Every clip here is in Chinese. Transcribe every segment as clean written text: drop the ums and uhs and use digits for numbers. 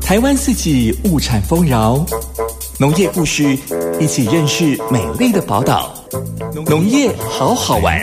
台湾四季物产丰饶，农业故事，一起认识美丽的宝岛。农业好好玩。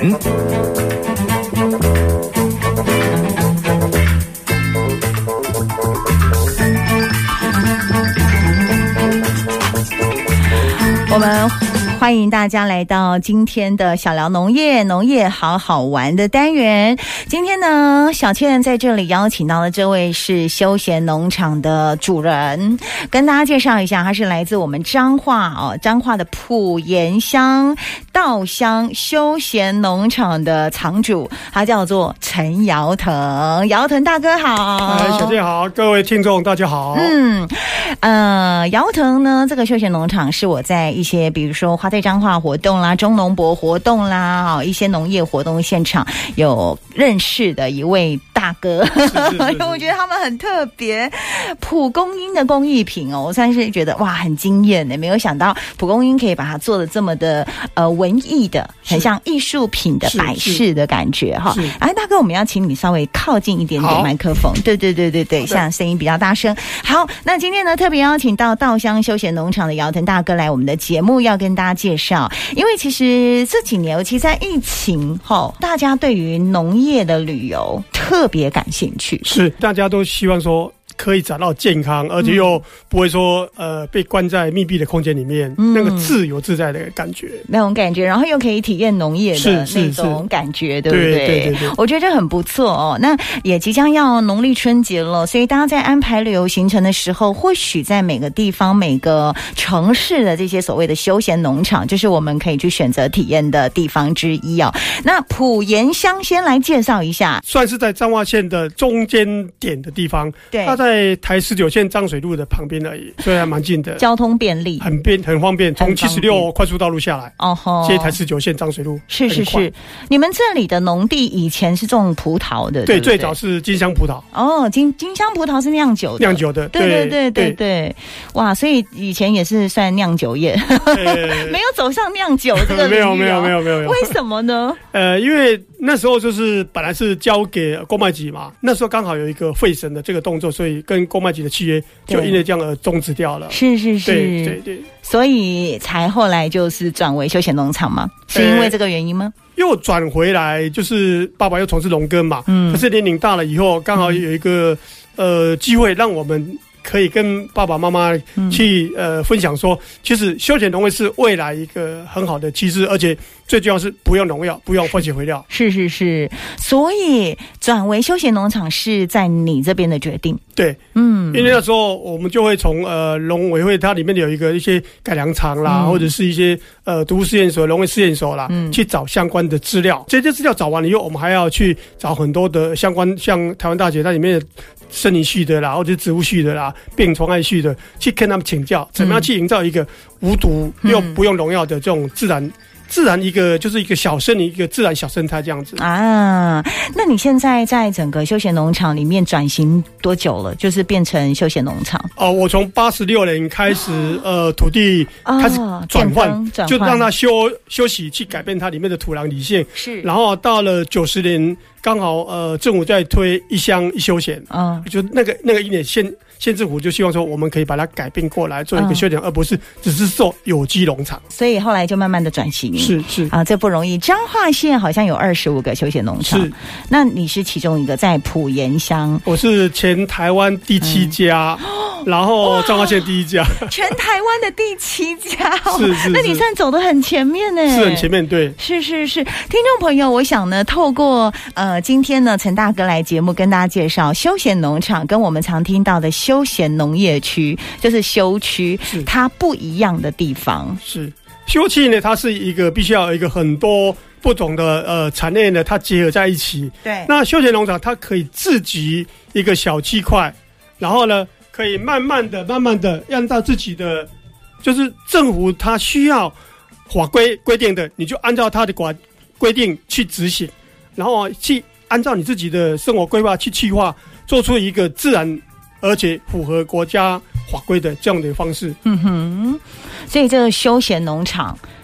我们欢迎大家来到今天的小聊农业，农业好好玩的单元。今天呢，小倩在这里邀请到的这位是休闲农场的主人，跟大家介绍一下，他是来自我们彰化彰化的埔盐乡稻香休闲农场的场主，他叫做陈尧腾。尧腾大哥好。 小倩好，各位听众大家好。 尧腾呢，这个休闲农场是我在一些比如说花在彰化活动啦、中农博活动啦，一些农业活动现场有认识的一位大哥，因为我觉得他们很特别。蒲公英的工艺品我算是觉得哇很惊艳的，没有想到蒲公英可以把它做的这么的文艺的，很像艺术品的摆饰的感觉哈。大哥，我们要请你稍微靠近一点点麦克风，对，像声音比较大声。好，那今天呢特别邀请到稻香休闲农场的尧腾大哥来我们的节目，要跟大家介绍。因为其实这几年，尤其在疫情后，大家对于农业的旅游特别感兴趣， 是大家都希望说可以找到健康，而且又不会说被关在密闭的空间里面，那个自由自在的感觉， 那种感觉，然后又可以体验农业的那种感觉，对不对？对，我觉得这很不错那也即将要农历春节了，所以大家在安排旅游行程的时候，或许在每个地方、每个城市的这些所谓的休闲农场，就是我们可以去选择体验的地方之一那埔盐乡先来介绍一下， 算是在彰化县的中间点的地方，对，它在台19线漳水路的旁边而已，所以还蛮近的， 交通便利， 很方便，从76快速道路下来，接台19线漳水路，是。 你们这里的农地以前是种葡萄的，对， 最早是金香葡萄。 金香葡萄是酿酒的，对。哇，所以以前也是算酿酒业，没有走上酿酒这个领域。没有，为什么呢？ 因为那时候就是本来是交给公卖局嘛，那时候刚好有一个废省的这个动作，所以跟公卖局的契约就因为这样而终止掉了。是，对， 所以才后来就是转为休闲农场吗？是因为这个原因吗？ 又转回来，就是爸爸又从事农耕嘛，可是年龄大了以后，刚好有一个机会让我们可以跟爸爸妈妈去分享说，其实休闲农业是未来一个很好的趋势，而且最重要是不用农药，不用化学肥料。是，所以转为休闲农场是在你这边的决定。对，因为那时候我们就会从农委会它里面有一些改良场啦，或者是一些毒物试验所、农业试验所啦，去找相关的资料。这些资料找完了以后，我们还要去找很多的相关，像台湾大学它里面的森林系的啦，或者是植物系的啦、病虫害系的，去跟他们请教，怎么样去营造一个无毒又不用农药的这种自然一个就是一个小森林，一个自然小生态这样子那你现在在整个休闲农场里面转型多久了？就是变成休闲农场我从86年开始土地开始转换，就让它休息，去改变它里面的土壤理性。是，然后到了90年，刚好政府在推一乡一休闲就那个一年县政府就希望说，我们可以把它改变过来，做一个休闲，而不是只是做有机农场。所以后来就慢慢的转型。是这不容易。彰化县好像有25个休闲农场，是。那你是其中一个，在埔盐乡。我是全台湾第7家，然后彰化县第1家，全台湾的第7家是。那你算走得很前面呢，是很前面，对。是。听众朋友，我想呢，透过今天呢，陈大哥来节目跟大家介绍休闲农场，跟我们常听到的休闲农业区，就是休区，它不一样的地方。是休区呢，它是一个必须要有一个很多不同的产业呢，它结合在一起。对。那休闲农场它可以自己一个小区块，然后呢，可以慢慢的按照自己的，就是政府它需要法规规定的，你就按照它的规定去执行，然后去按照你自己的生活规划去计划，做出一个自然而且符合国家法规的这样的方式。所以这个休闲农场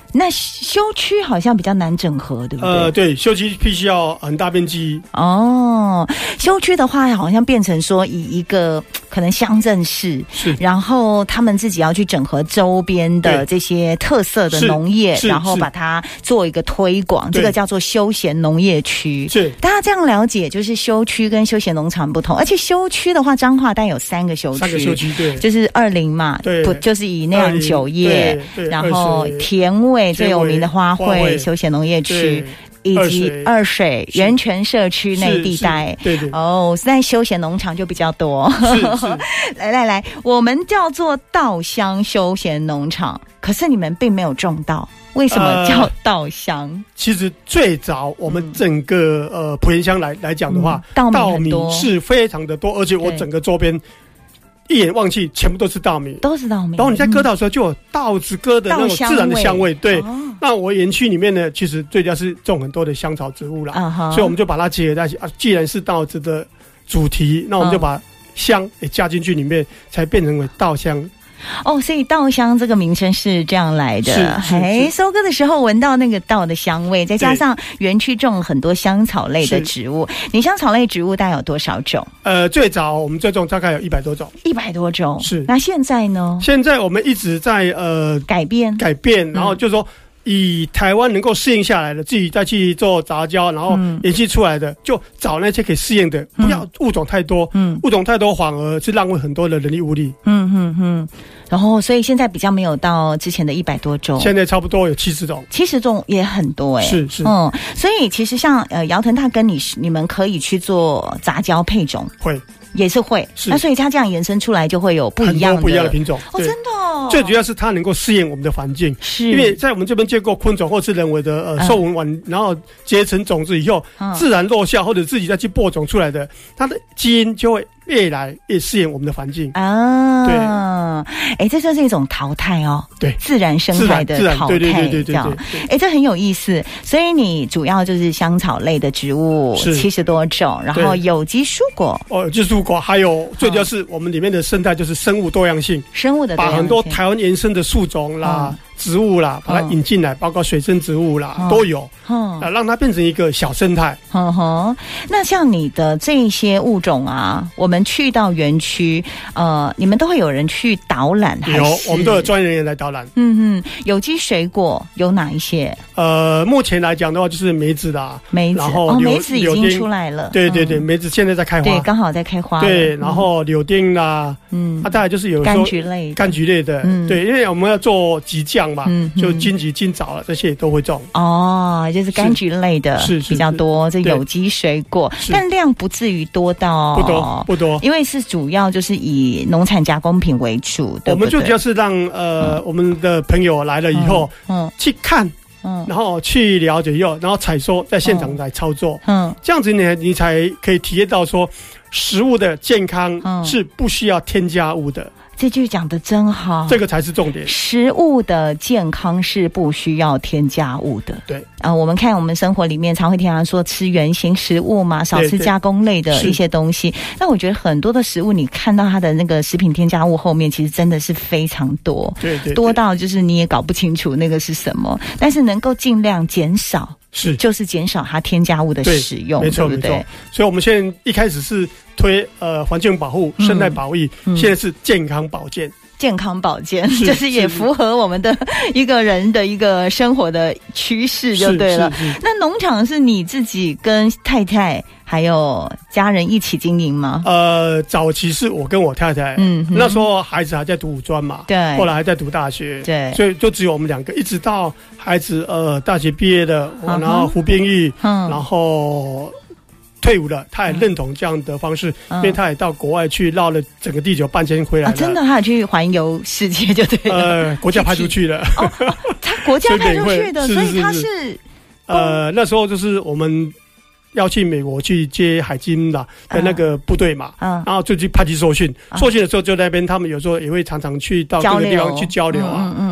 那休区好像比较难整合，对不对？ 对，休区必须要很大面积。 休区的话，好像变成说以一个可能乡镇市， 是， 然后他们自己要去整合周边的这些特色的农业，然后把它做一个推广，这个叫做休闲农业区。 是， 大家这样了解，就是休区跟休闲农场不同，而且休区的话，彰化大概有3个休区，3 个休区，对， 就是20嘛，对，不就是以酿酒业，然后田尾最有名的花卉休闲农业区。以及二水源泉社区内地带， 对对在休闲农场就比较多。 是来，我们叫做稻香休闲农场，可是你们并没有种稻，为什么叫稻香？ 其实最早我们整个埔盐乡来讲的话， 稻米是非常的多，而且我整个周边一眼望去，全部都是稻米， 都是稻米。 然后你在割稻的时候，就有稻子割的那种自然的香味。对，那我园区里面呢，其实最主要是种很多的香草植物啦，所以我们就把它结合在一起啊。既然是稻子的主题，那我们就把香也加进去里面，才变成为稻香。 所以稻香这个名称是这样来的。收割的时候闻到那个稻的香味，再加上园区种了很多香草类的植物。你香草类植物大概有多少种？ 最早我们这种大概有100多种。 100多种。 是。 那现在呢？ 现在我们一直在改变，然后就是说以台湾能够适应下来的，自己再去做杂交，然后研究出来的，就找那些可以适应的，不要物种太多。物种太多反而是浪费很多的人力物力。 然后所以现在比较没有到之前的100多种， 现在差不多有70种 ，70种也很多是。 所以其实像姚腾他跟你们可以去做杂交配种，也是会，那所以它这样延伸出来就会有不一样的品种。 真的最主要是它能够适应我们的环境， 是因为在我们这边接过昆虫或是人为的授粉完，然后结成种子以后，自然落下或者自己再去播种出来的，它的基因就会越来越适应我们的环境对，这就是一种淘汰对， 自然生态的淘汰，对，这样，这很有意思。所以你主要就是香草类的植物70多种，然后有机蔬果， 有机蔬果，还有最主要是我们里面的生态就是生物多样性，把很多台湾原生的树种啦。植物啦，把它引进来，包括水生植物啦，都有，让它变成一个小生态。 那像你的这些物种啊，我们去到园区，你们都会有人去导览， 有，我们都有专业人员来导览。 有机水果有哪一些？ 目前来讲的话，就是梅子啦，然后梅子已经出来了， 对，梅子现在在开花， 对，刚好在开花， 对，然后柳丁啦，大概就是有柑橘类的，对，因为我们要做橘酱。就金桔、金枣了，这些都会种就是柑橘类的比较多，这有机水果，但量不至于多到不多， 因为是主要就是以农产加工品为主，对不对？ 我们就主要是让我们的朋友来了以后，去看。然后去了解以后，然后采收，在现场来操作，这样子呢，你才可以体验到说，食物的健康是不需要添加物的。 这句讲得真好， 这个才是重点。 食物的健康是不需要添加物的。 对， 我们看我们生活里面常会听人说吃原型食物嘛，少吃加工类的一些东西。但我觉得很多的食物，你看到它的那个食品添加物后面，其实真的是非常多， 对， 多到就是你也搞不清楚那个是什么。但是能够尽量减少。就是减少它添加物的使用， 没错， 对不对？ 所以我们现在一开始是推环境保护、生态保育，现在是健康保健。 健康保健就是也符合我们的一个人的一个生活的趋势就对了。那农场是你自己跟太太还有家人一起经营吗？ 早期是我跟我太太，那时候孩子还在读五专嘛， 对， 后来还在读大学， 对， 所以就只有我们2个，一直到孩子大学毕业了，然后服兵役，然后退伍了，他也认同这样的方式，因为他也到国外去绕了整个地球半圈回来了。 真的，他也去环游世界就对了。 国家派出去了。 他国家派出去的，所以他是那时候就是我们要去美国去接海军的那个部队嘛，然后就去派去受训，受训的时候就那边他们有时候也会常常去到各个地方去交流啊，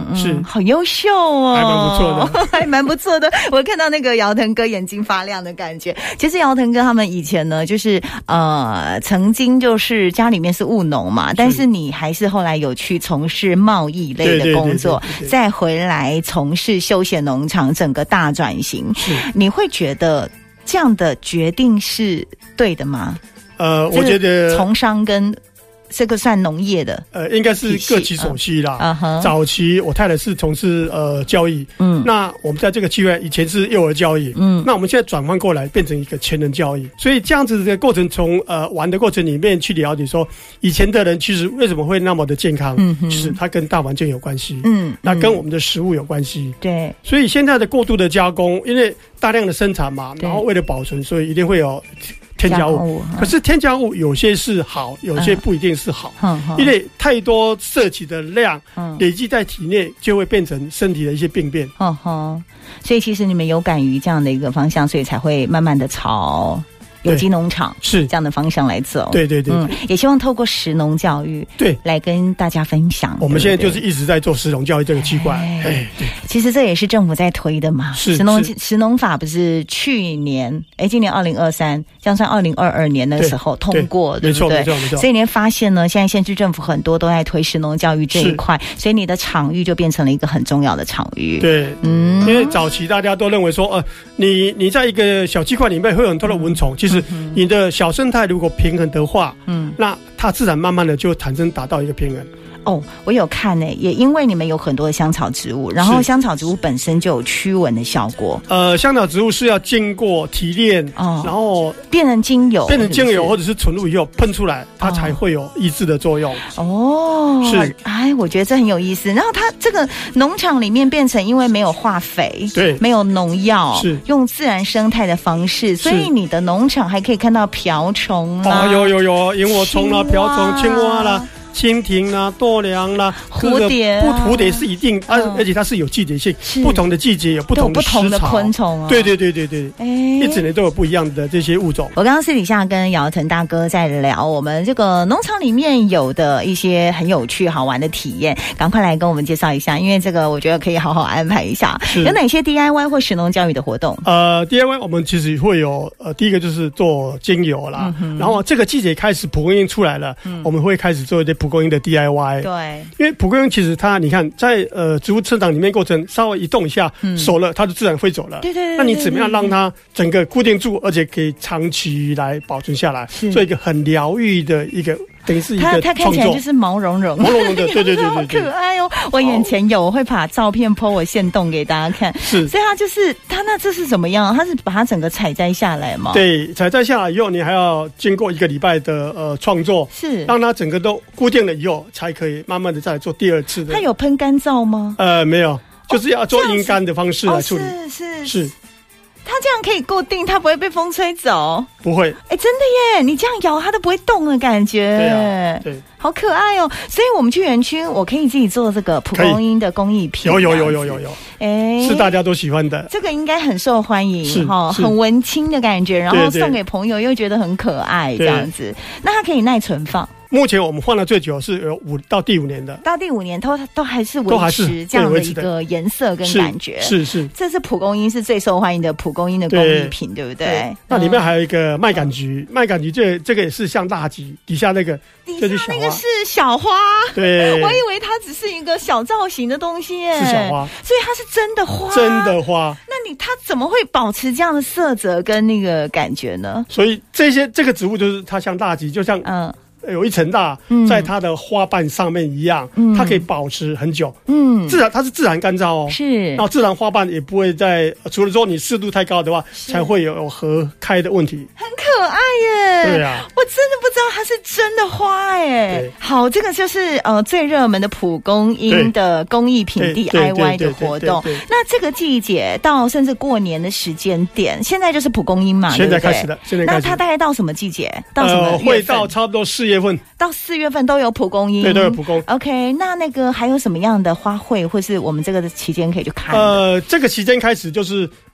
是好优秀哦， 还蛮不错的， 还蛮不错的。我看到那个姚腾哥眼睛发亮的感觉。其实姚腾哥他们以前呢，就是曾经就是家里面是务农嘛，但是你还是后来有去从事贸易类的工作，再回来从事休闲农场，整个大转型。你会觉得这样的决定是对的吗？ 我觉得从商跟这个算农业的， 应该是各取所需啦。早期我太太是从事教育，那我们在这个区域以前是幼儿教育，那我们现在转换过来变成一个全人教育，所以这样子的过程，从玩的过程里面去了解说，以前的人其实为什么会那么的健康，就是它跟大环境有关系，那跟我们的食物有关系， 对， 所以现在的过度的加工，因为大量的生产嘛，然后为了保存，所以一定会有添加物，可是添加物有些是好，有些不一定是好，因为太多摄取的量累积在体内，就会变成身体的一些病变。 所以其实你们有感于这样的一个方向，所以才会慢慢的朝有机农场是这样的方向来走。 对对对， 也希望透过食农教育来跟大家分享。 我们现在就是一直在做食农教育这个区块。对， 其实这也是政府在推的嘛。食农法不是去年今年2023，这样算2022年的时候通过，对不对？没错。所以你会发现呢，现在县市政府很多都在推食农教育这一块，所以你的场域就变成了一个很重要的场域。 对，因为早期大家都认为说，你在一个小区块里面会有很多的蚊虫，其实你的小生态如果平衡的话，那它自然慢慢的就产生达到一个平衡。 我有看也因为你们有很多的香草植物，然后香草植物本身就有驱蚊的效果。 香草植物是要经过提炼，然后变成精油或者是纯露以后喷出来，它才会有抑制的作用。 是，我觉得这很有意思。然后它这个农场里面变成因为没有化肥， 对， 没有农药， 是用自然生态的方式，所以你的农场还可以看到瓢虫啦， 有萤火虫啦、瓢虫、青蛙啦、蜻蜓啦、豆娘啦、 蝴蝶， 蝴蝶是一定，而且它是有季节性，不同的季节有不同的食的昆虫。 对，一整年都有不一样的这些物种。 我刚刚私底下跟姚腾大哥在聊我们这个农场里面有的一些很有趣好玩的体验，赶快来跟我们介绍一下，因为这个我觉得可以好好安排一下。有哪些 DIY 或食农教育的活动 ？DIY 我们其实会有第一个就是做精油啦，然后这个季节开始蒲公英出来了，我们会开始做一些蒲公英的 DIY。 对， 因为蒲公英其实它你看在植物生长里面过程稍微移动一下，熟了它就自然飞走了。 对， 那你怎么样让它整个固定住，而且可以长期来保存下来，做一个很疗愈的一一个等于是一个它看起来就是毛茸茸的，对， 好可爱哦！我眼前有，我会把照片 po 我限动给大家看。 是， 所以它就是它那这是怎么样？它是把它整个采摘下来吗？ 对，采摘下来以后，你还要经过1个礼拜的创作， 是让它整个都固定了以后，才可以慢慢的再来做第二次的。 它有喷干燥吗？ 没有，就是要做阴干的方式来处理。是。 它这样可以固定，它不会被风吹走？ 不会。 真的耶！你这样摇它都不会动的感觉。 对， 好可爱哦！所以我们去园区，我可以自己做这个蒲公英的工艺品。 有，是大家都喜欢的。 这个应该很受欢迎哈，很文青的感觉，然后送给朋友又觉得很可爱这样子。那它可以耐存放。 目前我们放的最久是有到第5年的， 到第5年都还是维持这样的一个颜色跟感觉。 是， 这是蒲公英是最受欢迎的蒲公英的工艺品，对不对？ 那里面还有一个麦秆菊，麦秆菊这个也是像大菊，底下那个那个是小花。 对， 我以为它只是一个小造型的东西耶， 是小花， 所以它是真的花。那它怎么会保持这样的色泽跟那个感觉呢？ 所以这个植物就是它像大菊，就像有一层大，在它的花瓣上面一样，它可以保持很久。它是自然干燥哦， 是， 然后自然花瓣也不会在，除了说你湿度太高的话，才会有合开的问题。 很可爱耶！ 对啊， 我真的不知道它是真的花耶。好，这个就是最热门的蒲公英的工艺品 DIY 的活动。那这个季节到甚至过年的时间点，现在就是蒲公英嘛， 现在开始的。 那它大概到什么季节？到什么月份？ 会到差不多4月份。 到4月份都有蒲公英， 对，都有蒲公。 OK， 那个还有什么样的花卉，或是我们这个的期间可以去看？ 这个期间开始就是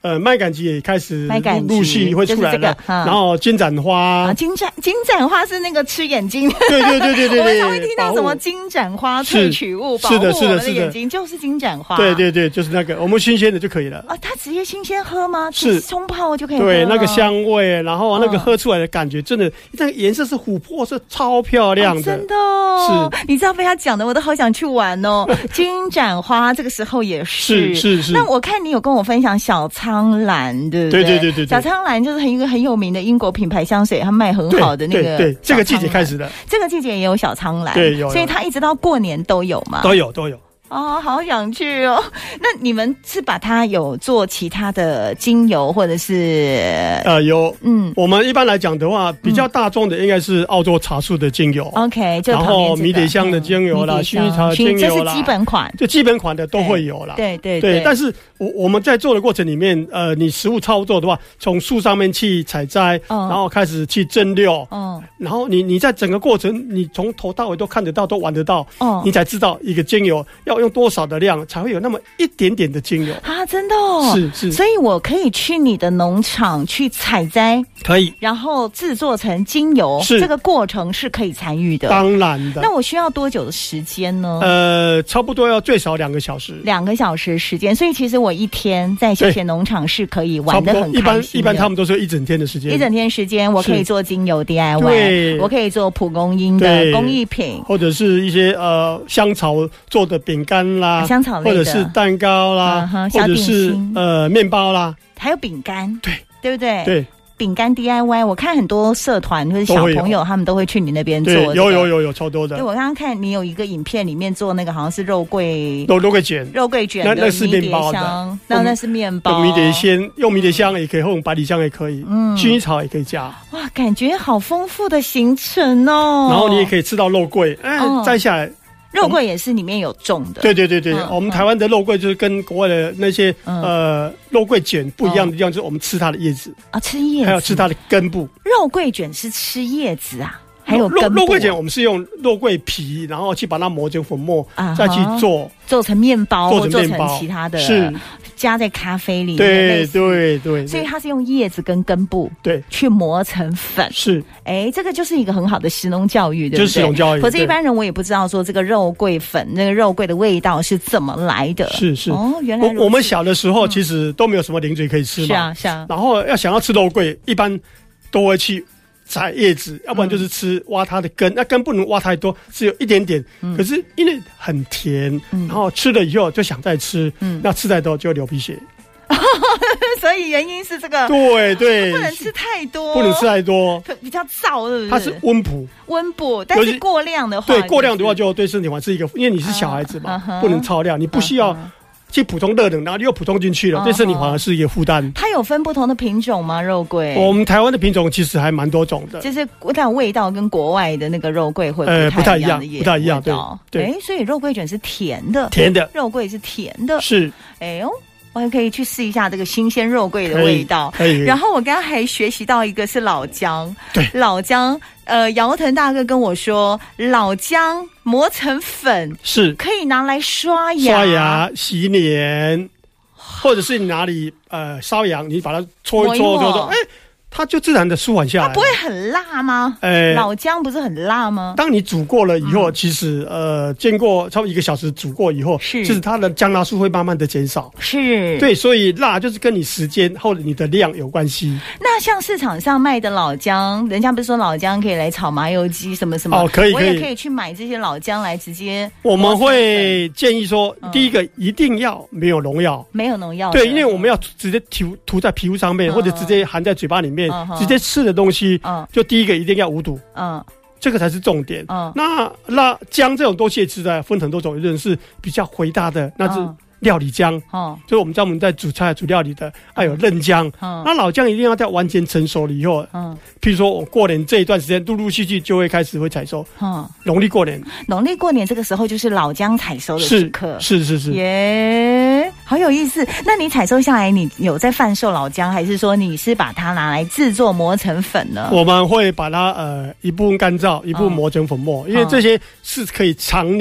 麦秆菊也开始陆续会出来了，然后金盏花， 金盏花是那个吃眼睛， 对， 我们常会听到什么金盏花萃取物保护我们的眼睛，就是金盏花， 对，就是那个我们新鲜的就可以了啊，它直接新鲜喝吗？是冲泡就可以喝， 对，那个香味，然后那个喝出来的感觉，真的那个颜色是琥珀色，超漂亮的， 真的是，你知道被他讲的，我都好想去玩哦。金盏花这个时候也是，那我看你有跟我分享小苍兰，对不对？对，小苍兰就是一个很有名的英国品牌香水，它卖很好的那个， 对，这个季节开始的， 这个季节也有小苍兰， 对，有， 所以它一直到过年都有嘛， 都有。 哦，好想去哦！那你们是把它有做其他的精油，或者是有，我们一般来讲的话，比较大众的应该是澳洲茶树的精油 ，OK， 然后迷迭香的精油啦，薰衣草精油啦， 这是基本款， 就基本款的都会有啦。 对。 但是我们在做的过程里面，你实物操作的话，从树上面去采摘，然后开始去蒸馏，然后你在整个过程，你从头到尾都看得到，都玩得到，你才知道一个精油要用多少的量才会有那么一点点的精油啊！真的哦， 是， 所以我可以去你的农场去采摘， 可以， 然后制作成精油，这个过程是可以参与的， 当然的。 那我需要多久的时间呢？ 差不多要最少2个小时 ，2个小时时间。所以其实我一天在休闲农场是可以玩得很开心的。 一般他们都是一整天的时间， 一整天时间我可以做精油 DIY， 我可以做蒲公英的工艺品， 或者是一些香草做的饼干啦， 香草类的， 或者是蛋糕啦，或者是面包啦， 还有饼干，对不对？ 对。 饼干 DIY， 我看很多社团或者小朋友他们都会去你那边做， 有超多的。 对，我刚刚看你有一个影片里面做那个好像是肉桂卷， 那是面包的， 那是面包。 迷迭香用迷迭香也可以，或用百里香也可以，薰衣草也可以加。 哇，感觉好丰富的行程哦。 然后你也可以吃到肉桂，摘下来。 肉桂也是里面有种的， 对，我们台湾的肉桂就是跟国外的那些肉桂卷不一样的地方，就是我们吃它的叶子啊，吃叶子， 还有吃它的根部。 肉桂卷是吃叶子啊，还有根部。 肉桂卷我们是用肉桂皮，然后去把它磨成粉末，再去做成面包，或做成其他的，是加在咖啡里面。 对， 所以它是用叶子跟根部去磨成粉。 是， 这个就是一个很好的食农教育，对不对？ 就是食农教育。 否则一般人我也不知道说这个肉桂粉，那个肉桂的味道是怎么来的。 是哦，原来我们小的时候其实都没有什么零嘴可以吃嘛， 是啊。 然后想要吃肉桂，一般都会去采叶子，要不然就是挖它的根，那根不能挖太多，只有一点点。可是因为很甜，然后吃了以后就想再吃，那吃太多就流鼻血。 所以原因是这个， 对， 不能吃太多，比较燥，是不是？ 它是温补， 但是过量的话， 过量的话就对身体是一个，因为你是小孩子嘛，不能超量，你不需要去补充热能，然后又补充进去了，对身体反而是一个负担。 它有分不同的品种吗？肉桂？ 我们台湾的品种其实还蛮多种的， 就是但味道跟国外的那个肉桂会不太一样，对。所以肉桂卷是甜的，肉桂是甜的， 是。 我还可以去试一下这个新鲜肉桂的味道。然后我刚刚还学习到一个是老姜， 对， 老姜。姚腾大哥跟我说，老姜磨成粉是可以拿来刷牙、 洗脸，或者是你哪里瘙痒，你把它搓一搓，它就自然的舒缓下来。 它不会很辣吗？老姜不是很辣吗？ 当你煮过了以后，其实经过差不多1个小时煮过以后，就是它的姜辣素会慢慢的减少。 是， 对，所以辣就是跟你时间或者你的量有关系。 那像市场上卖的老姜，人家不是说老姜可以来炒麻油鸡什么什么？ 可以， 我也可以去买这些老姜来直接。 我们会建议说，第一个一定要没有农药，对，因为我们要直接涂在皮肤上面，或者直接含在嘴巴里面。直接吃的东西，就第一个一定要无毒，这个才是重点。那姜这种东西其实分很多种，有的人是比较回大的，那是料理姜，就是我们专门在煮菜煮料理的，还有嫩姜。那老姜一定要在完全成熟了以后，譬如说我过年这一段时间，陆陆续续就会开始会采收。农历过年这个时候就是老姜采收的时刻，是耶，好有意思。那你采收下来，你有在贩售老姜，还是说你是把它拿来制作磨成粉呢？ 我们会把它一部分干燥，一部分磨成粉末，因为这些是可以常年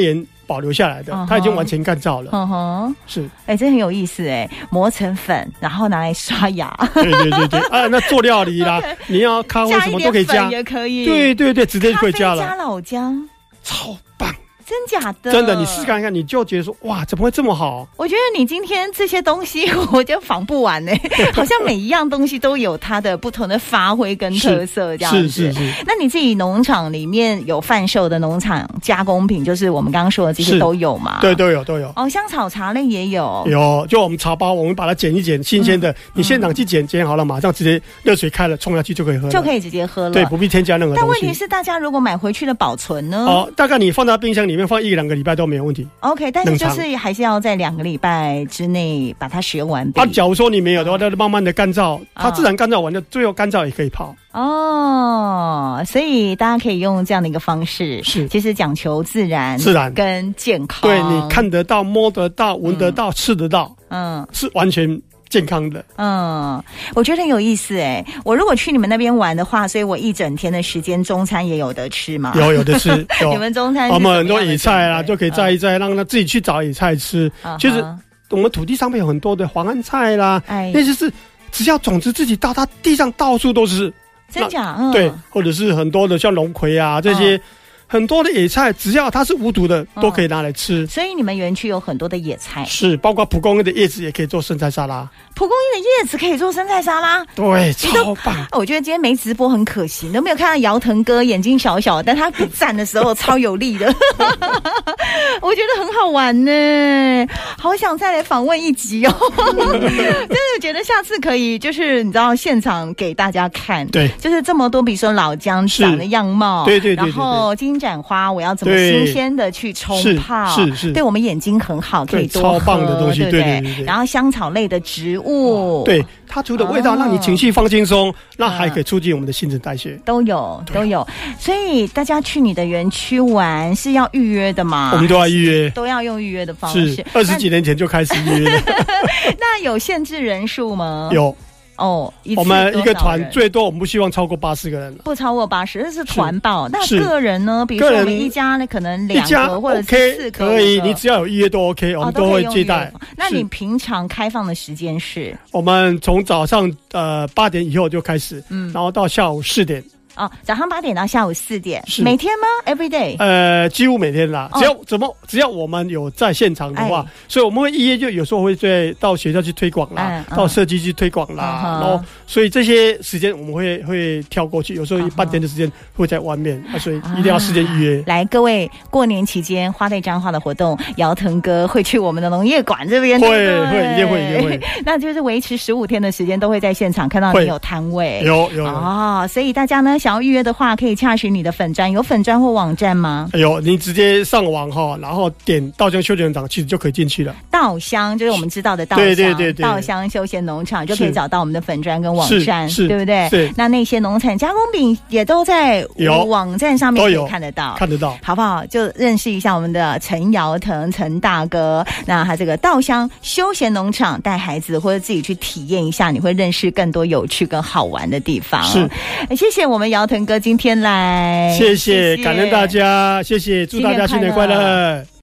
保留下来的，它已经完全干燥了。是， 这很有意思磨成粉，然后拿来刷牙。 对那做料理啦，你要咖啡什么都可以加， 也可以。 对，直接就可以加了。 加老姜， 超棒。 真假的？ 真的，你试看看，你就觉得说，哇，怎么会这么好？ 我觉得你今天这些东西，我就仿不完好像每一样东西都有它的不同的发挥跟特色，这样子。 是。 那你自己农场里面有贩售的农场加工品，就是我们刚刚说的这些都有吗？ 对，都有。 香草茶类也有。 有，就我们茶包，我们把它剪一剪，新鲜的，你现场去剪好了，马上直接热水开了，冲下去就可以喝了， 就可以直接喝了。 对，不必添加任何东西。 但问题是，大家如果买回去的保存呢？ 大概你放在冰箱里面放1-2个礼拜都没有问题。 OK， 但是就是还是要在2个礼拜之内把它使用完毕。 假如说你没有的话，它慢慢的干燥，它自然干燥完了，最后干燥也可以泡。 所以大家可以用这样的一个方式， 是， 其实讲求自然跟健康。 对，你看得到、摸得到、闻得到、吃得到，是完全健康的。 我觉得很有意思我如果去你们那边玩的话，所以我一整天的时间中餐也有得吃吗？ 有的吃。 你们中餐我们很多野菜啦，就可以摘一摘，让他自己去找野菜吃。其实我们土地上面有很多的黄安菜啦，那就是只要种子自己到它地上到处都是。 真假？ 对，或者是很多的像龙葵啊这些。很多的野菜，只要它是无毒的，都可以拿来吃。 所以你们园区有很多的野菜， 是包括蒲公英的叶子也可以做生菜沙拉。 蒲公英的叶子可以做生菜沙拉， 对，超棒！ 我觉得今天没直播很可惜，都没有看到姚腾哥眼睛小小，但他站的时候超有力的，我觉得很好玩呢，好想再来访问一集哦！真的觉得下次可以，就是你知道现场给大家看， 对， 就是这么多，比如说老姜长的样貌， 对， 然后金盏花我要怎么新鲜的去冲泡， 是， 对我们眼睛很好，可以多喝， 超棒的东西，对。 然后香草类的植物， 对，它除了味道让你情绪放轻松，那还可以促进我们的新陈代谢， 都有。所以大家去你的园区玩是要预约的吗？ 我们都要预约， 都要用预约的方式。 是20几年前就开始预约了。 那有限制人数吗？ 有。我们一个团最多我们不希望超过80个人， 不超过80，这是团报。那个人呢？比如说我们一家呢，可能2个或者是4个， 可以，你只要有预约都 OK， 我们都会接待。 那你平常开放的时间是？ 我们从早上8点以后就开始，然后到下午4点。 早上8点到下午4点，每天吗 ？Every day？ 几乎每天啦。只要我们有在现场的话，所以我们会预约，就有时候会到学校去推广啦，到社区去推广啦，然后所以这些时间我们会跳过去，有时候半天的时间会在外面，所以一定要事先预约。 来，各位，过年期间花在彰化的活动，姚腾哥会去我们的农业馆这边， 会，一定会。 那就是维持15天的时间，都会在现场看到你有摊位， 有所以大家呢，想要预约的话，可以洽询你的粉专，有粉专或网站吗？ 有，你直接上网然后点稻香休闲农场，其实就可以进去了。 稻香就是我们知道的稻香， 对， 稻香休闲农场就可以找到我们的粉专跟网站，对不对？ 是。 那些农产加工品也都在网站上面可以看得到，好不好？就认识一下我们的陈姚腾陈大哥。那他这个稻香休闲农场，带孩子或者自己去体验一下，你会认识更多有趣跟好玩的地方。 是， 谢谢我们姚腾哥今天来， 谢谢，感恩大家，谢谢，祝大家新年快乐。